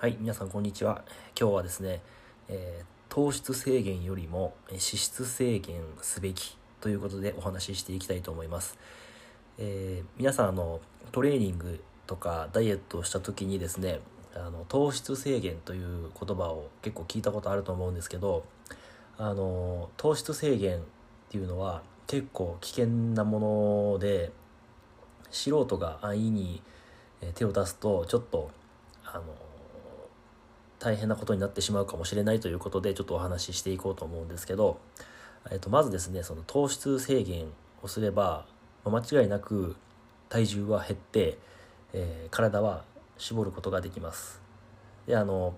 はい、皆さんこんにちは。今日はですね、糖質制限よりも脂質制限すべきということでお話ししていきたいと思います。皆さんトレーニングとかダイエットをした時にですね、糖質制限という言葉を結構聞いたことあると思うんですけど、糖質制限っていうのは結構危険なもので、素人が安易に手を出すとちょっとあの大変なことになってしまうかもしれないということでちょっとお話ししていこうと思うんですけど、まずですね、その糖質制限をすれば間違いなく体重は減って、体は絞ることができます。で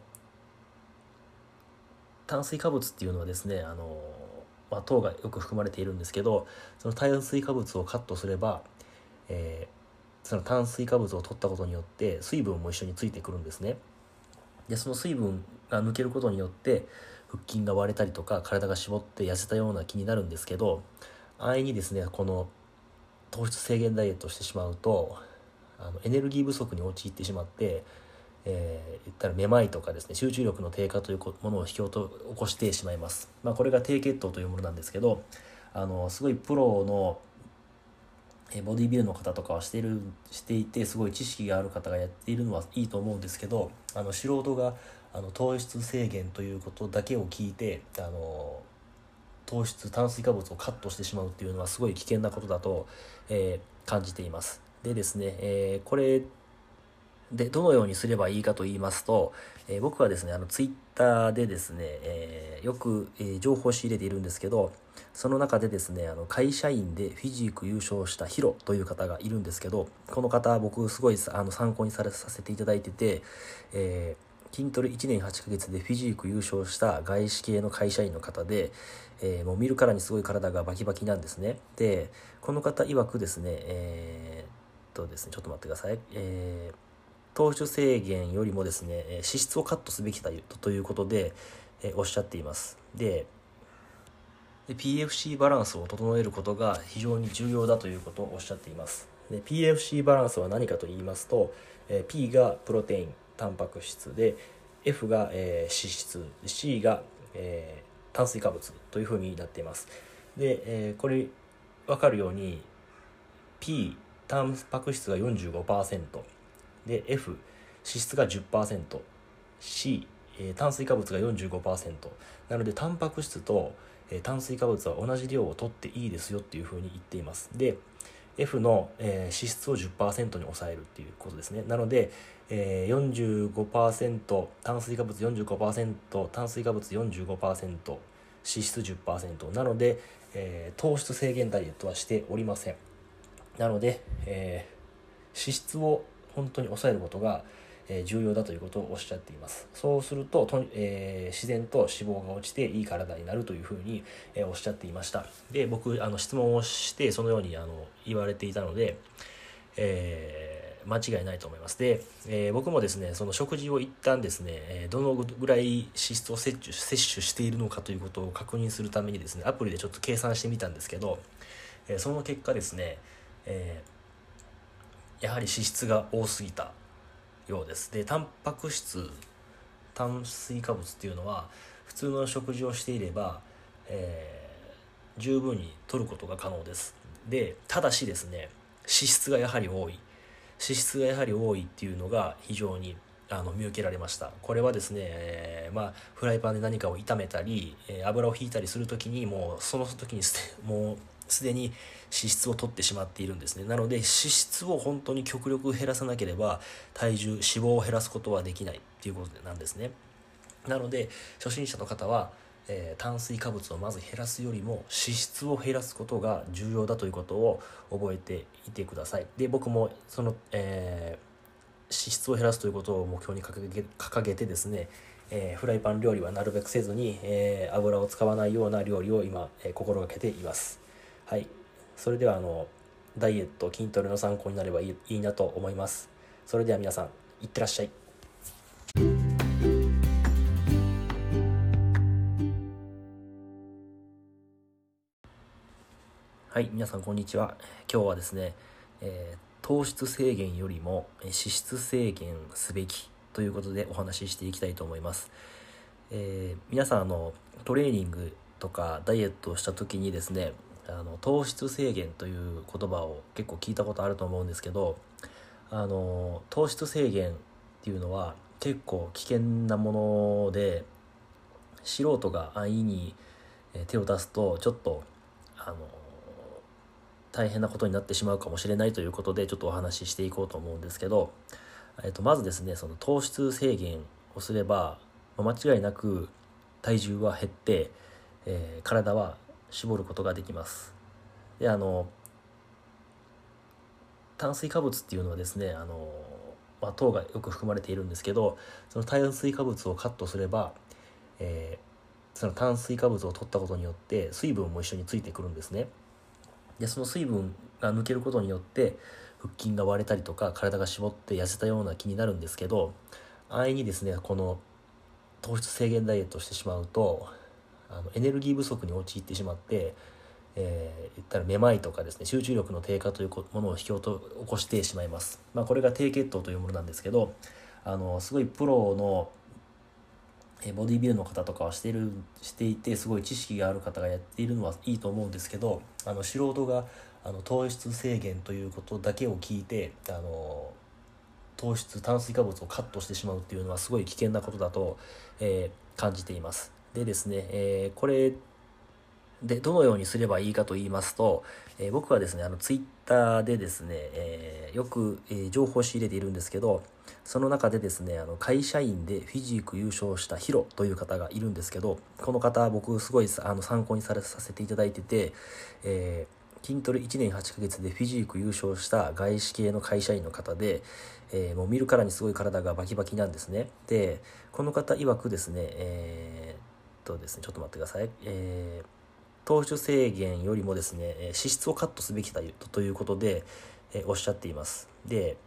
炭水化物っていうのはですね糖がよく含まれているんですけど、その炭水化物をカットすれば、その炭水化物を取ったことによって水分も一緒についてくるんですね。でその水分が抜けることによって腹筋が割れたりとか体が絞って痩せたような気になるんですけど、安易にですねこの糖質制限ダイエットをしてしまうとエネルギー不足に陥ってしまって、言ったらめまいとかですね、集中力の低下というものを引き起こしてしまいます。これが低血糖というものなんですけど、すごいプロのボディビルの方とかはしていてすごい知識がある方がやっているのはいいと思うんですけど、素人が糖質制限ということだけを聞いて炭水化物をカットしてしまうっていうのはすごい危険なことだと、感じています。でですね、これでどのようにすればいいかと言いますと、僕はですねツイッターでですね、よく、情報を仕入れているんですけど、その中でですね会社員でフィジーク優勝したヒロという方がいるんですけど、この方僕すごい参考にさせていただいてて、筋トレ1年8ヶ月でフィジーク優勝した外資系の会社員の方で、もう見るからにすごい体がバキバキなんですね。でこの方曰くですね、ですねちょっと待ってください。糖質制限よりもですね脂質をカットすべきだということで、おっしゃっています。で PFC バランスを整えることが非常に重要だということをおっしゃっています。で PFC バランスは何かと言いますと、P がプロテインタンパク質で F が、脂質 C が、炭水化物というふうになっています。で、これ分かるように P タンパク質が 45% で F 脂質が 10% C 炭水化物が 45% なのでタンパク質と炭水化物は同じ量を取っていいですよっていうふうに言っています。で F の、脂質を 10% に抑えるっていうことですね。なので、45% 炭水化物 45% 炭水化物 45% 脂質 10% なので、糖質制限ダイエットはしておりません。なので、脂質を本当に抑えることが重要だということをおっしゃっています。そうすると自然と脂肪が落ちていい体になるというふうにおっしゃっていました。で僕質問をしてそのように言われていたので、間違いないと思います。で、僕もですねその食事を一旦ですねどのぐらい脂質を摂取しているのかということを確認するためにですねアプリでちょっと計算してみたんですけど、その結果ですね、やはり脂質が多すぎたようです。でタンパク質炭水化物っていうのは普通の食事をしていれば、十分に摂ることが可能です。でただしですね脂質がやはり多いっていうのが非常に見受けられました。これはですね、フライパンで何かを炒めたり、油を引いたりするときにもうその時にもうすでに脂質を取ってしまっているんですね。なので脂質を本当に極力減らさなければ脂肪を減らすことはできないっていうことなんですね。なので初心者の方は、炭水化物をまず減らすよりも脂質を減らすことが重要だということを覚えていてください。で僕もその、脂質を減らすということを目標に掲げてですね、フライパン料理はなるべくせずに、油を使わないような料理を今、心がけています。はい、それではダイエット筋トレの参考になればいいなと思います。それでは皆さんいってらっしゃい。はい、皆さんこんにちは。今日はですね、糖質制限よりも脂質制限すべきということでお話ししていきたいと思います。皆さんトレーニングとかダイエットをした時にですね、糖質制限という言葉を結構聞いたことあると思うんですけど、糖質制限っていうのは結構危険なもので、素人が安易に手を出すとちょっと大変なことになってしまうかもしれないということで、ちょっとお話ししていこうと思うんですけど、まずですね、その糖質制限をすれば間違いなく体重は減って、体は絞ることができます。で炭水化物っていうのはですね、糖がよく含まれているんですけど、その炭水化物をカットすれば、その炭水化物を取ったことによって水分も一緒についてくるんですね。でその水分が抜けることによって腹筋が割れたりとか体が絞って痩せたような気になるんですけど、安易にですねこの糖質制限ダイエットをしてしまうとエネルギー不足に陥ってしまって、言ったらめまいとかですね、集中力の低下というものを引き起こしてしまいます。これが低血糖というものなんですけど、すごいプロのボディビルの方とかはしていて、すごい知識がある方がやっているのはいいと思うんですけど、素人が糖質制限ということだけを聞いて炭水化物をカットしてしまうっていうのはすごい危険なことだと、感じています。でですね、これでどのようにすればいいかと言いますと、僕はですねツイッターでですね、よく、情報を仕入れているんですけど、その中でですね会社員でフィジーク優勝したヒロという方がいるんですけど、この方僕すごい参考にさせていただいてて、筋トレ1年8ヶ月でフィジーク優勝した外資系の会社員の方で、もう見るからにすごい体がバキバキなんですね。でこの方曰くですね、ですねちょっと待ってください。糖質制限よりもですね脂質をカットすべきだということで、おっしゃっています。で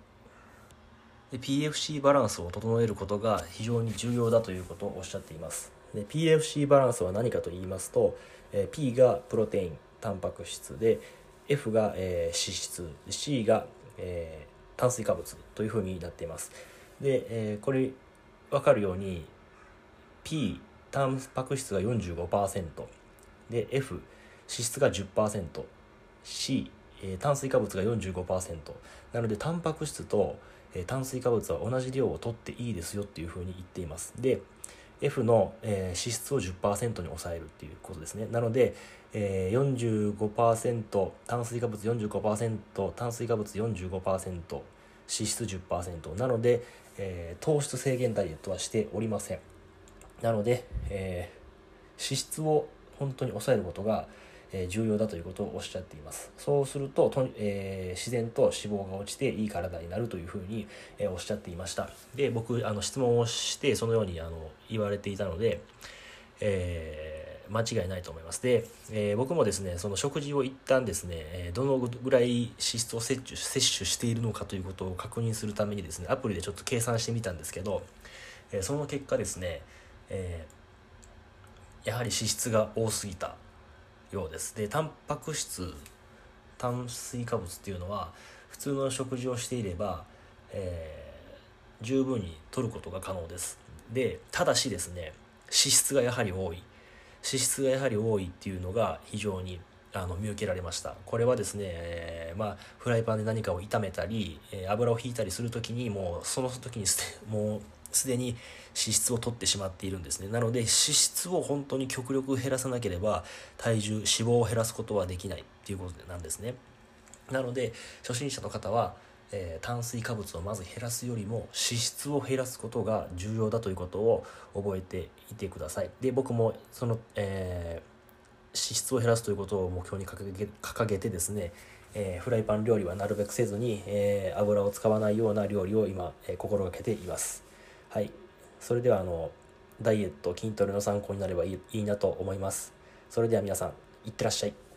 PFC バランスを整えることが非常に重要だということをおっしゃっています。で PFC バランスは何かと言いますと、P がプロテインタンパク質で F が、脂質 C が、炭水化物というふうになっています。で、これ分かるように P タンパク質が 45% で F 脂質が 10% C 炭水化物が 45% なのでタンパク質と炭水化物は同じ量を取っていいですよっていうふうに言っています。で F の、脂質を 10% に抑えるっていうことですね。なので、45% 炭水化物 45% 炭水化物 45% 脂質 10% なので、糖質制限ダイエットはしておりません。なので、脂質を本当に抑えることが重要だということをおっしゃっています。そうすると自然と脂肪が落ちていい体になるというふうに、おっしゃっていました。で僕質問をしてそのように言われていたので、間違いないと思います。で、僕もですねその食事を一旦ですねどのぐらい脂質を摂取しているのかということを確認するためにですねアプリでちょっと計算してみたんですけど、その結果ですね、やはり脂質が多すぎたようです。でタンパク質炭水化物っていうのは普通の食事をしていれば、十分に摂ることが可能です。でただしですね脂質がやはり多いっていうのが非常に見受けられました。これはですね、フライパンで何かを炒めたり、油を引いたりするときにもうその時にもうすでに脂質を取ってしまっているんですね。なので脂質を本当に極力減らさなければ脂肪を減らすことはできないっていうことなんですね。なので初心者の方は、炭水化物をまず減らすよりも脂質を減らすことが重要だということを覚えていてください。で僕もその、脂質を減らすということを目標に掲げてですね、フライパン料理はなるべくせずに、油を使わないような料理を今、心がけています。はい、それではダイエット筋トレの参考になればいいなと思います。それでは皆さんいってらっしゃい。